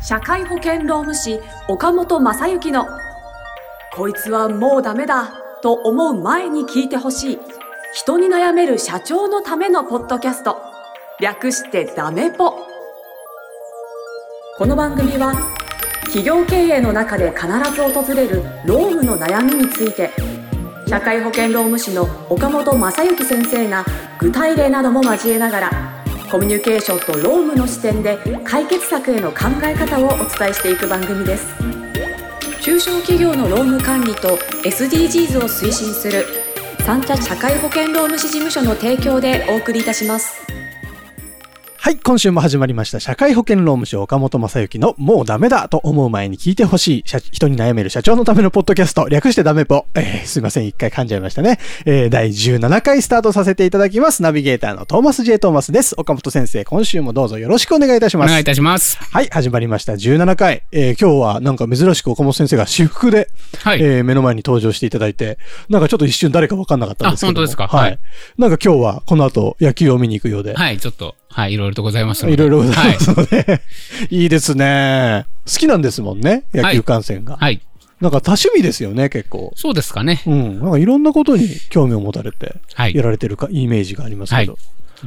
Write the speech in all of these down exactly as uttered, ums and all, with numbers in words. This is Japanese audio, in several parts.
社会保険労務士岡本正幸のこいつはもうダメだと思う前に聞いてほしい人に悩める社長のためのポッドキャスト、略してダメポ。この番組は企業経営の中で必ず訪れる労務の悩みについて、社会保険労務士の岡本正幸先生が具体例なども交えながらコミュニケーションと労務の視点で解決策への考え方をお伝えしていく番組です。中小企業の労務管理と エスディージーズ を推進する三茶社会保険労務士事務所の提供でお送りいたします。 はい、今週も始まりました社会保険労務士岡本正幸のもうダメだと思う前に聞いてほしい人に悩める社長のためのポッドキャスト、略してダメポ。えー、すいません、一回噛んじゃいましたね。えー、だいじゅうななかいスタートさせていただきます。ナビゲーターのトーマス J トーマスです。岡本先生、今週もどうぞよろしくお願いいたします。 お願いいたします。 はい、始まりましたじゅうななかい。えー、今日はなんか珍しく岡本先生が私服で、はい、えー、目の前に登場していただいて、なんかちょっと一瞬誰か分かんなかったんですけども。 あ、本当ですか。 はい。はい、なんか今日はこの後野球を見に行くようで。 はい、ちょっと。はい、いろいろとございますので。 いろいろございますので、はい、いいですね。好きなんですもんね、野球観戦が。はい。はい、なんか多趣味ですよね、結構。 そうですかね。 うん。なんかいろんなことに興味を持たれて、やられてるか、はい、イメージがありますけど。はい、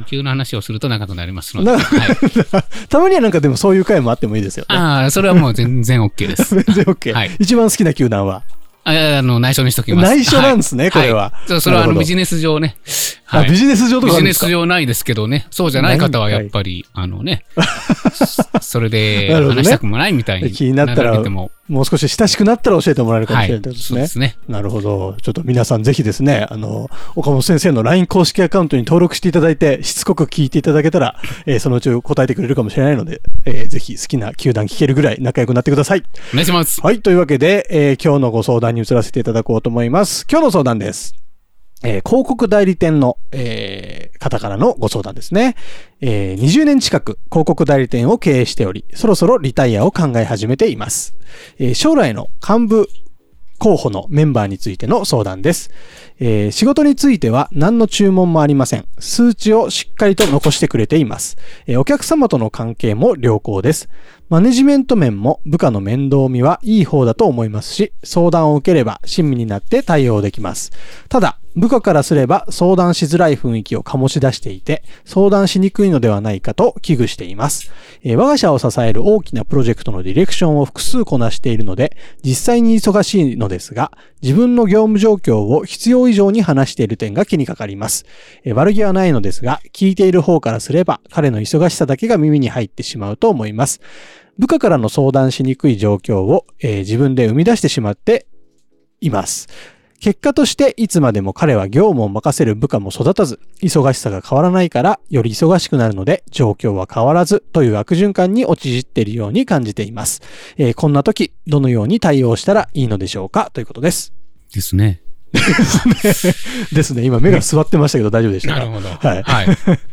野球の話をすると長くなりますので。はい、 たまにはなんかでもそういう回もあってもいいですよね。 ああ、それはもう全然 OK です。 全然 OK。はい、一番好きな球団はあ, あの内緒にしときます。 内緒なんですね、はい、これは。 はい、それはあのビジネス上ね。 はい、あ、ビジネス上とかあるんですか？ ビジネス上ないですけどね。そうじゃない方はやっぱり、はい、あのね、それで話したくもないみたいに、ね、 気になったら、もう少し親しくなったら教えてもらえるかもしれないですね。はい、そうですね。なるほど。ちょっと皆さんぜひですね、あの、岡本先生の ライン 公式アカウントに登録していただいて、しつこく聞いていただけたら、えー、そのうち答えてくれるかもしれないので、えー、ぜひ好きな球団聞けるぐらい仲良くなってください。 お願いします。 はい。というわけで、えー、今日のご相談に移らせていただこうと思います。今日の相談です。えー、広告代理店の、えー、方からのご相談ですね。えー、にじゅうねん近く広告代理店を経営しており、そろそろリタイアを考え始めています。えー、将来の幹部候補のメンバーについての相談です。えー、仕事については何の注文もありません。数値をしっかりと残してくれています。えー、お客様との関係も良好です。マネジメント面も部下の面倒見はいい方だと思いますし、相談を受ければ親身になって対応できます。ただ、部下からすれば相談しづらい雰囲気を醸し出していて、相談しにくいのではないかと危惧しています。えー、我が社を支える大きなプロジェクトのディレクションを複数こなしているので、実際に忙しいのですが、自分の業務状況を必要以上に話している点が気にかかります。えー、悪気はないのですが、聞いている方からすれば、彼の忙しさだけが耳に入ってしまうと思います。部下からの相談しにくい状況を、えー、自分で生み出してしまっています。結果としていつまでも彼は業務を任せる部下も育たず、忙しさが変わらないからより忙しくなるので状況は変わらずという悪循環に陥っているように感じています。えー、こんな時どのように対応したらいいのでしょうかということです。 ですね。 ですね。今目が座ってましたけど大丈夫でしたか？ なるほど。 はい。 はい、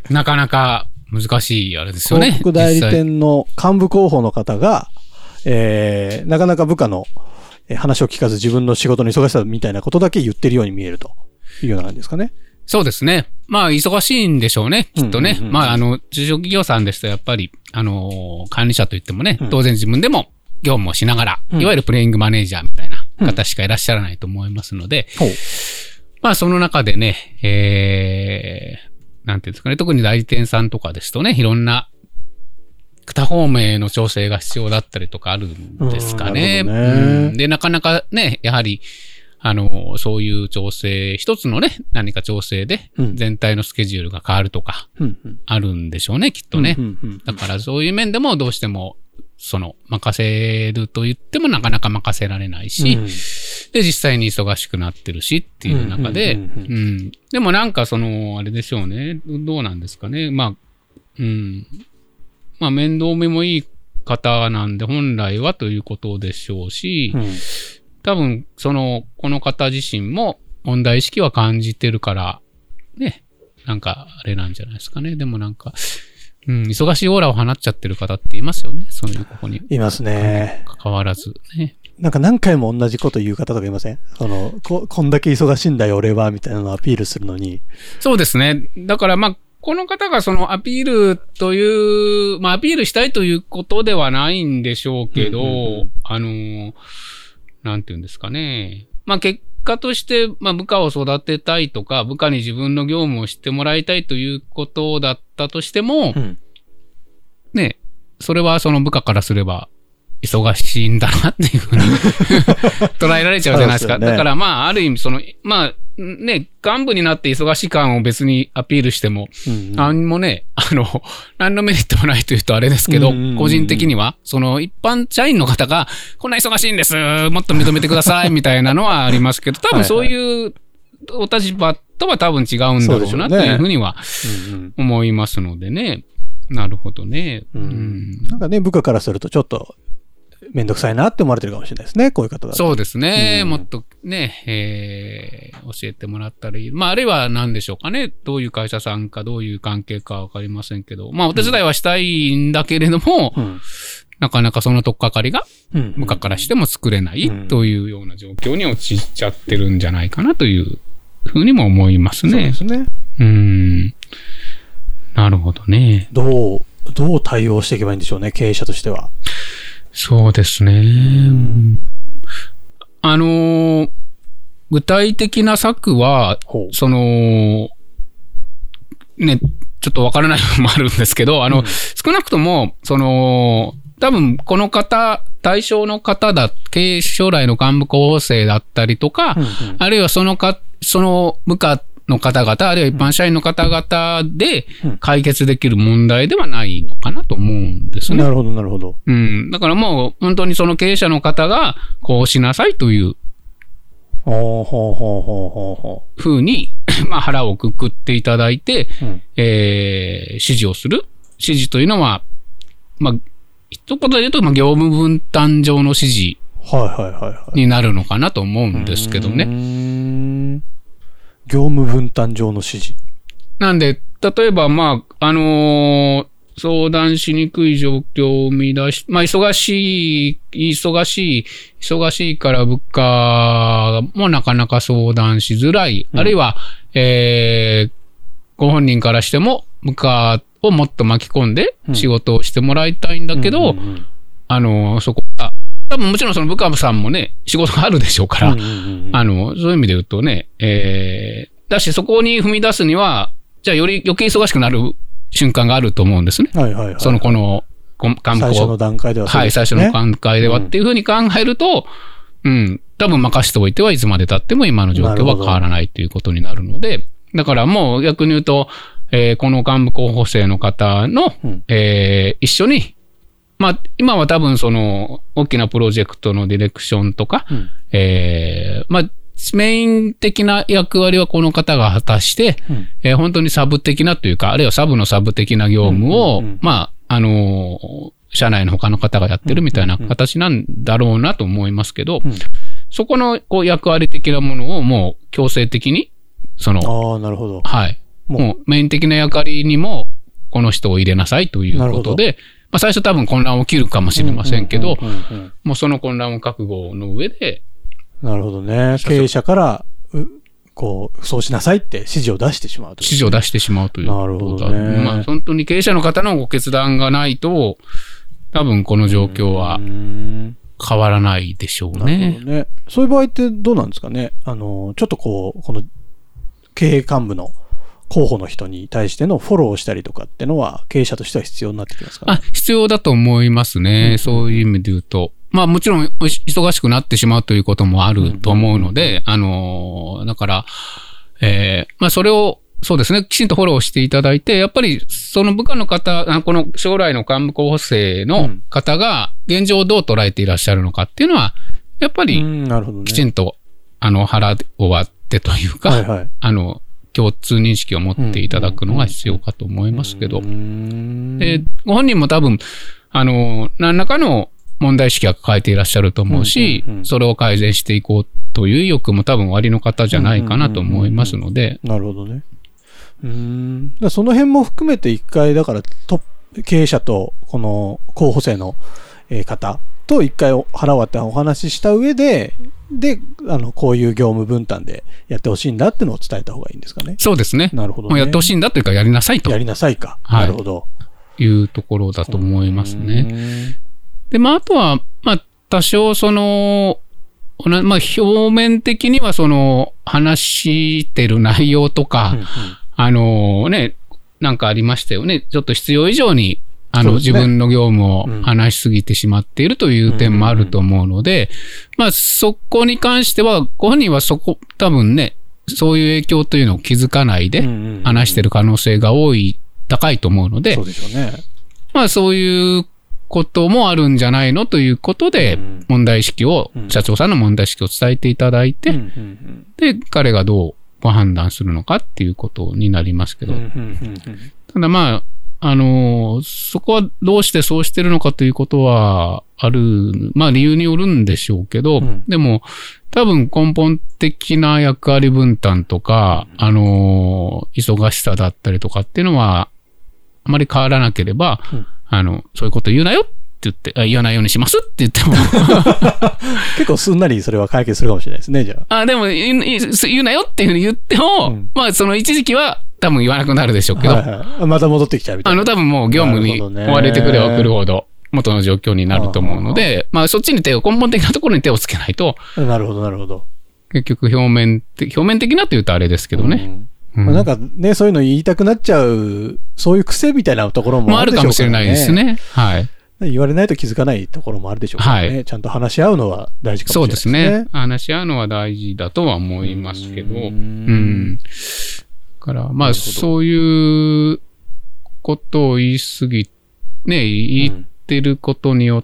なかなか難しいあれですよね。 広告代理店の幹部候補の方が、えー、なかなか部下の話を聞かず自分の仕事の忙しさみたいなことだけ言ってるように見えるというような感じですかね。 そうですね。まあ忙しいんでしょうね、きっとね。うんうんうん、まああの中小企業さんですとやっぱりあの管理者といってもね、うん、当然自分でも業務をしながら、うん、いわゆるプレイングマネージャーみたいな方しかいらっしゃらないと思いますので、うん、まあその中でね、えーなんていうんですかね、特に代理店さんとかですとね、いろんな多方面の調整が必要だったりとかあるんですかね。うん、うん、で、なかなかね、やはり、あの、そういう調整、一つのね、何か調整で全体のスケジュールが変わるとか、あるんでしょうね、きっとね。だからそういう面でもどうしても、その、任せると言ってもなかなか任せられないし、うん、で、実際に忙しくなってるしっていう中で、でもなんかその、あれでしょうね、どうなんですかね、まあ、うん、まあ面倒見もいい方なんで本来はということでしょうし、うん、多分その、この方自身も問題意識は感じてるから、ね、なんかあれなんじゃないですかね、でもなんか、うん、忙しいオーラを放っちゃってる方っていますよね。そういうここに。 いますね。 変わらずね。 なんか何回も同じこと言う方とかいません？その、こ、こんだけ忙しいんだよ俺は、みたいなのをアピールするのに。 そうですね。だからまあ、 この方がそのアピールという、まあアピールしたいということではないんでしょうけど、うんうんうん、あの、なんていうんですかね。まあ結果として、まあ部下を育てたいとか、部下に自分の業務を知ってもらいたいということだったとしても、うん、ね、それはその部下からすれば、忙しいんだなっていうふうに捉えられちゃうじゃないですか。ね、だからまあ、ある意味その、まあ、ね、幹部になって忙しい感を別にアピールしても、うんうん、何もね、あの、何のメリットもないというとあれですけど、うんうんうん、個人的には、その一般社員の方が、こんな忙しいんです、もっと認めてください、みたいなのはありますけど、多分そういうお立場とは多分違うんだろうなというふうには思いますのでね。なるほどね。 うんうん、なんかね、部下からするとちょっと、めんどくさいなって思われてるかもしれないですね。こういう方だと。 そうですね。うん、もっとね、えー、教えてもらったらいい。まあ、あるいは何でしょうかね。どういう会社さんか、どういう関係かわかりませんけど、まあ、お手伝いはしたいんだけれども、うん、なかなかその取っかかりが、部下からしても作れないというような状況に陥っちゃってるんじゃないかなというふうにも思いますね。そうですね。うん。なるほどね。 どう、どう対応していけばいいんでしょうね。経営者としては。 そうですね。うん、あのー、具体的な策は、その、ね、ちょっとわからないのもあるんですけど、あの、うん、少なくとも、その、多分この方、対象の方だ、経営将来の幹部候補生だったりとか、うんうん、あるいはそのか、その部下の方々、あるいは一般社員の方々で解決できる問題ではないのかなと思うんですね。 なるほど、なるほど。 うん。だからもう本当にその経営者の方がこうしなさいというふうに、まあ腹をくくっていただいて、うん、えー、指示をする。指示というのは、まあ、一言で言うと、まあ、業務分担上の指示になるのかなと思うんですけどね。 業務分担上の指示。 なんで、例えば、まあ、あのー、相談しにくい状況を生み出し、まあ、忙しい、忙しい、忙しいから部下もなかなか相談しづらい。うん、あるいは、えー、ご本人からしても部下をもっと巻き込んで仕事をしてもらいたいんだけど、うんうんうんうん、あのー、そこは、多分もちろんその部下さんもね、仕事があるでしょうから、うんうんうん、あの、そういう意味で言うとね、えー、だしそこに踏み出すには、じゃあより余計忙しくなる瞬間があると思うんですね。 はいはいはいはい、 そのこの、幹部最初の段階ではそうですね。 はい、最初の段階ではっていうふうに考えると、うん、うん、多分任せておいてはいつまで経っても今の状況は変わらないということになるので、だからもう逆に言うと、えー、この幹部候補生の方の、うん、えー、一緒に、まあ、今は多分その、大きなプロジェクトのディレクションとか、うん、えー、まあ、メイン的な役割はこの方が果たして、うん、えー、本当にサブ的なというか、あるいはサブのサブ的な業務を、うんうんうん、まあ、あのー、社内の他の方がやってるみたいな形なんだろうなと思いますけど、うんうん、そこのこう役割的なものをもう強制的に、その、 ああ、なるほど。 はい。もうメイン的な役割にも、この人を入れなさいということで、まあ、最初多分混乱起きるかもしれませんけど、もうその混乱を覚悟の上で。 なるほどね。経営者から、こう、そうしなさいって指示を出してしまうという、ね。 指示を出してしまうという。 なるほどね。 まあ本当に経営者の方のご決断がないと、多分この状況は変わらないでしょうね。 なるほどね。そういう場合ってどうなんですかね。あの、ちょっとこう、この経営幹部の候補の人に対してのフォローをしたりとかってのは経営者としては必要になってきますかね。 あ、必要だと思いますね。うん、そういう意味で言うと。まあもちろん忙しくなってしまうということもあると思うので、あの、だから、えー、まあそれを、そうですね、きちんとフォローしていただいて、やっぱりその部下の方、この将来の幹部候補生の方が現状をどう捉えていらっしゃるのかっていうのは、やっぱりきちんと、あの、腹を割ってというか、はいはい、あの、共通認識を持っていただくのが必要かと思いますけど、でご本人も多分、あの、何らかの問題意識は抱えていらっしゃると思うし、うんうんうん、それを改善していこうという意欲も多分おありの方じゃないかなと思いますので。 なるほどね。うーん、だその辺も含めて一回、だからト経営者とこの候補生の方と一回腹を割ってお話しした上で、 で、あの、こういう業務分担でやってほしいんだってのを伝えた方がいいんですかね。 そうですね。 なるほど、ね。 もうやってほしいんだというか、やりなさいと。 やりなさいか。 はい、 なるほど。 いうところだと思いますね。で、まあ、あとは、まあ、多少その、まあ、表面的にはその、話してる内容とか、うんうん、あのね、なんかありましたよね。ちょっと必要以上に、あの、ね、自分の業務を話しすぎてしまっているという点もあると思うので、まあ、そこに関しては、ご本人はそこ、多分ね、そういう影響というのを気づかないで話してる可能性が多い、高いと思うので、 そうでしょうね。 まあ、そういうこともあるんじゃないのということで、問題意識を、うん、社長さんの問題意識を伝えていただいて、うんうんうん、で、彼がどうご判断するのかっていうことになりますけど、うんうんうんうん、ただまあ、あのー、そこはどうしてそうしてるのかということはある、まあ理由によるんでしょうけど、うん、でも多分根本的な役割分担とか、うん、あのー、忙しさだったりとかっていうのはあまり変わらなければ、うん、あの、そういうこと言うなよって言って、あ、言わないようにしますって言っても。 結構すんなりそれは解決するかもしれないですね、じゃあ。 あ、でも言う、言うなよっていうふうに言っても、うん、まあその一時期は多分言わなくなるでしょうけど。はいはい、また戻ってきちゃうみたいな。 あの多分もう業務に追われてくればくるほど元の状況になると思うので、まあそっちに手を、根本的なところに手をつけないと。 なるほど、なるほど。 結局表面的、表面的なと言うとあれですけどね。うんうんまあ、なんかね、そういうの言いたくなっちゃう、そういう癖みたいなところもあるでしょうからね。まあ、あるかもしれないですね。はい。言われないと気づかないところもあるでしょうからね。はい、ちゃんと話し合うのは大事かもしれないですね。そうですね。 話し合うのは大事だとは思いますけど。うん。うん。だから、まあ、そういうことを言い過ぎ、ね、言ってることによって、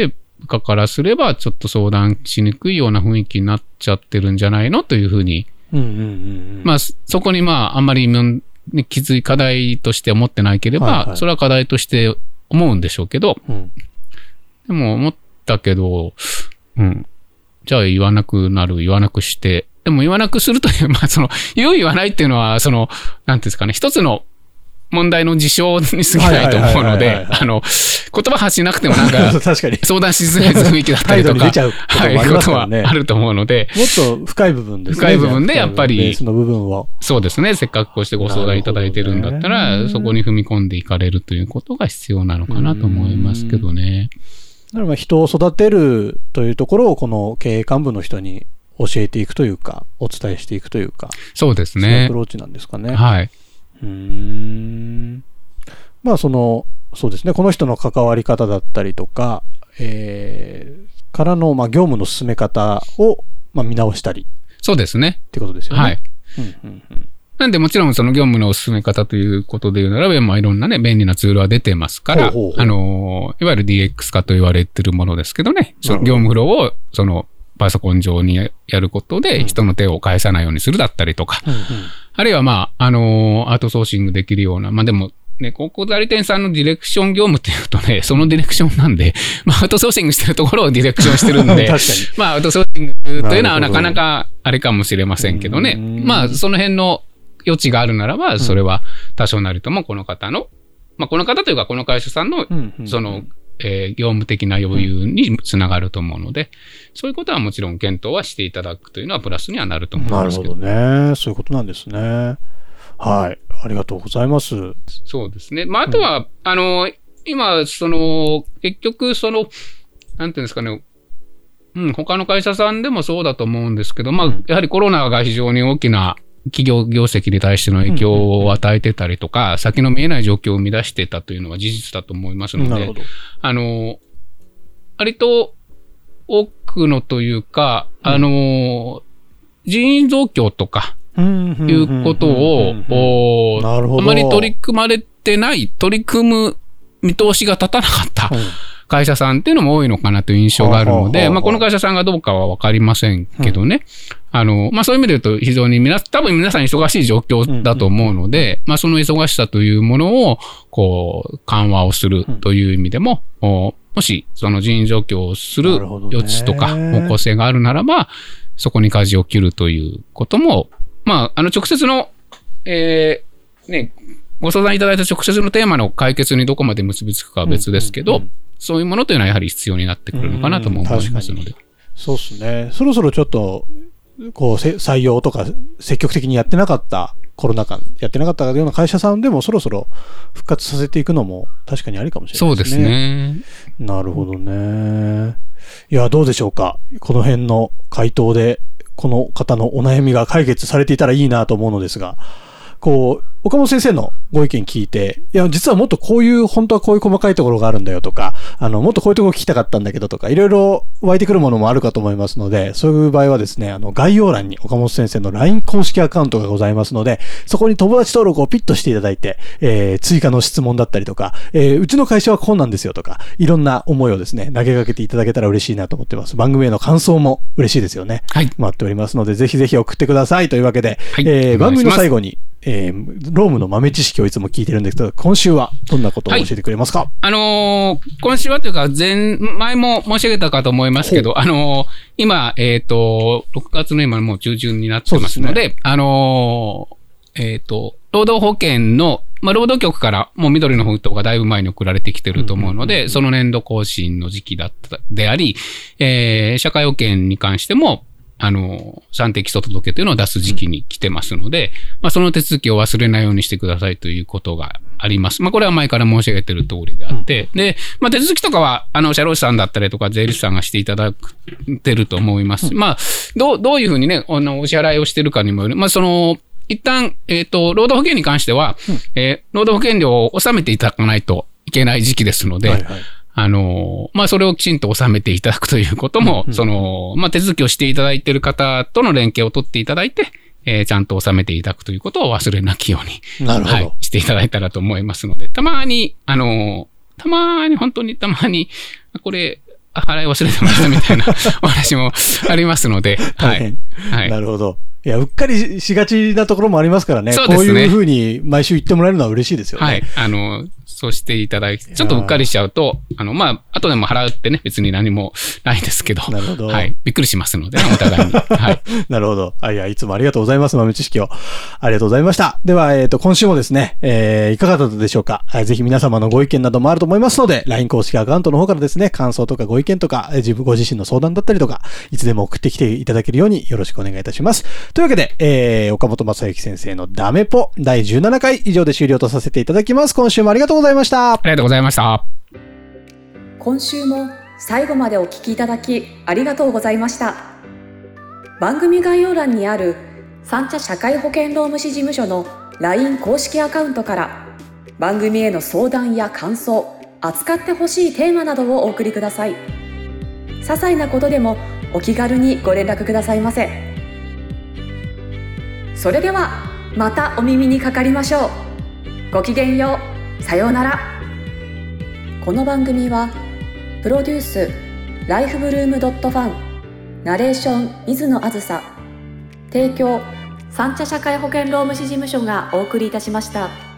部下からすればちょっと相談しにくいような雰囲気になっちゃってるんじゃないのというふうに、うんうんうんうん、まあ、そこにまあ、あんまり、ね、気づい、課題として思ってないければ、はいはい、それは課題として思うんでしょうけど、うん、でも思ったけど、うん。じゃあ言わなくなる、言わなくして、でも言わなくするという、まあその、言う言わないっていうのは、その、なんていうんですかね、一つの問題の事象に過ぎないと思うので、あの、言葉発しなくてもなんか、確かに相談しづらい雰囲気だったりとか、態度に出ちゃうこともありますからね。はい、ことはあると思うので、 もっと深い部分ですね。 深い部分でやっぱり、 その部分を。 そうですね。せっかくこうしてご相談いただいてるんだったら、そこに踏み込んでいかれるということが必要なのかなと思いますけどね。 だからまあ人を育てるというところをこの経営幹部の人に教えていくというか、お伝えしていくというか、 そうですね。 そういうアプローチなんですかね。 はい。 うーん。まあその、そうですね。この人の関わり方だったりとか、えー、からのまあ業務の進め方をまあ見直したり。 そうですね。 ってことですよね。 はい。うんうんうん、なんでもちろんその業務の進め方ということで言うならば、まあいろんなね、便利なツールは出てますから、ほうほうほうあの、いわゆる ディーエックス 化と言われてるものですけどね、その業務フローをそのパソコン上にやることで人の手を返さないようにするだったりとか、うんうん、あるいはまあ、あの、アウトソーシングできるような、まあでも、ね、広告代理店さんのディレクション業務っていうとね、そのディレクションなんで、まあ、アウトソーシングしてるところをディレクションしてるんで、まあ、アウトソーシングというのはなかなかあれかもしれませんけどね。まあ、その辺の余地があるならば、それは多少なりともこの方の、まあ、この方というか、この会社さんの、その、えー、業務的な余裕につながると思うので、そういうことはもちろん検討はしていただくというのはプラスにはなると思いますけど。 なるほどね。そういうことなんですね。はい。ありがとうございます。 そうですね。まあ、あとは、うん、あの、今、その、結局、その、なんていうんですかね、うん、他の会社さんでもそうだと思うんですけど、まあ、うん、やはりコロナが非常に大きな企業業績に対しての影響を与えてたりとか、うんうんうん、先の見えない状況を生み出してたというのは事実だと思いますので、あの、割と多くのというか、うん、あの、人員増強とか、いうことを、あまり取り組まれてない、取り組む見通しが立たなかった会社さんっていうのも多いのかなという印象があるので、まあこの会社さんがどうかはわかりませんけどね。うん、あの、まあそういう意味で言うと非常に皆、多分皆さん忙しい状況だと思うので、まあその忙しさというものを、こう、緩和をするという意味でも、うん、もしその人員増強をする余地とか方向性があるならば、そこに舵を切るということも、まあ、あの、直接の、えー、ね、ご相談いただいた直接のテーマの解決にどこまで結びつくかは別ですけど、うんうんうん、そういうものというのはやはり必要になってくるのかなとも思いますので。 そうですね。そろそろちょっと、こう、採用とか積極的にやってなかった、コロナ禍やってなかったような会社さんでもそろそろ復活させていくのも確かにありかもしれないですね。 そうですね。 なるほどね。いや、どうでしょうか。この辺の回答で、この方のお悩みが解決されていたらいいなと思うのですが、こう、岡本先生のご意見聞いて、いや、実はもっとこういう、本当はこういう細かいところがあるんだよとか、あの、もっとこういうところ聞きたかったんだけどとか、いろいろ湧いてくるものもあるかと思いますので、そういう場合はですね、あの、概要欄に岡本先生の ライン 公式アカウントがございますので、そこに友達登録をピッとしていただいて、えー、追加の質問だったりとか、えー、うちの会社はこうなんですよとか、いろんな思いをですね、投げかけていただけたら嬉しいなと思ってます。番組への感想も嬉しいですよね。 はい。 待っておりますので、ぜひぜひ送ってくださいというわけで、 はい、 えー、番組の最後に、えー、ロームの豆知識をいつも聞いてるんですけど、今週はどんなことを教えてくれますか？はい、 あのー、今週はというか、前、前も申し上げたかと思いますけど、あのー、今、えっ、ー、と、ろくがつの今もう中旬になってますので、でね、あのー、えっ、ー、と、労働保険の、まあ、労働局からもう緑の封筒がだいぶ前に送られてきてると思うので、その年度更新の時期だった、であり、えー、社会保険に関しても、あの、算定基礎届というのを出す時期に来てますので、まあ、その手続きを忘れないようにしてくださいということがあります。まあ、これは前から申し上げてる通りであって、で、まあ、手続きとかは、あの、社労士さんだったりとか、税理士さんがしていただいてると思います。まあ、どう、どういうふうにね、あの、お支払いをしてるかにもよる。まあ、その、一旦、えっと、労働保険に関しては、えー、労働保険料を納めていただかないといけない時期ですので、はいはい、あの、まあ、それをきちんと納めていただくということも、うんうん、その、まあ、手続きをしていただいている方との連携を取っていただいて、えー、ちゃんと納めていただくということを忘れなきように、 なるほど。 はい、していただいたらと思いますので、たまに、あの、たまに、本当にたまに、これ、払い忘れてましたみたいなお話もありますので、はい。 はい。なるほど。いや、うっかりしがちなところもありますからね。 そうですね。 こういうふうに毎週言ってもらえるのは嬉しいですよね。 はい。あの、そうしていただいて、ちょっとうっかりしちゃうと、あの、まあ、後でも払うってね、別に何もないですけど。 なるほど。 はい。びっくりしますので、ね、お互いに。はい。 なるほど。あ、いや、いつもありがとうございます。豆知識を。ありがとうございました。では、えっと、今週もですね、えー、いかがだったでしょうか。ぜひ皆様のご意見などもあると思いますので、ライン 公式アカウントの方からですね、感想とかご意見とか、自分ご自身の相談だったりとか、いつでも送ってきていただけるようによろしくお願いいたします。というわけで、えー、岡本正幸先生のダメポだいじゅうななかい以上で終了とさせていただきます。今週もありがとうございました。 ありがとうございました。 今週も最後までお聞きいただきありがとうございました。番組概要欄にある三茶社会保険労務士事務所の ライン 公式アカウントから番組への相談や感想、扱ってほしいテーマなどをお送りください。些細なことでもお気軽にご連絡くださいませ。それではまたお耳にかかりましょう。ごきげんよう。さようなら。この番組はプロデュースライフブルームドットファン、ナレーション水野あずさ、提供三茶社会保険労務士事務所がお送りいたしました。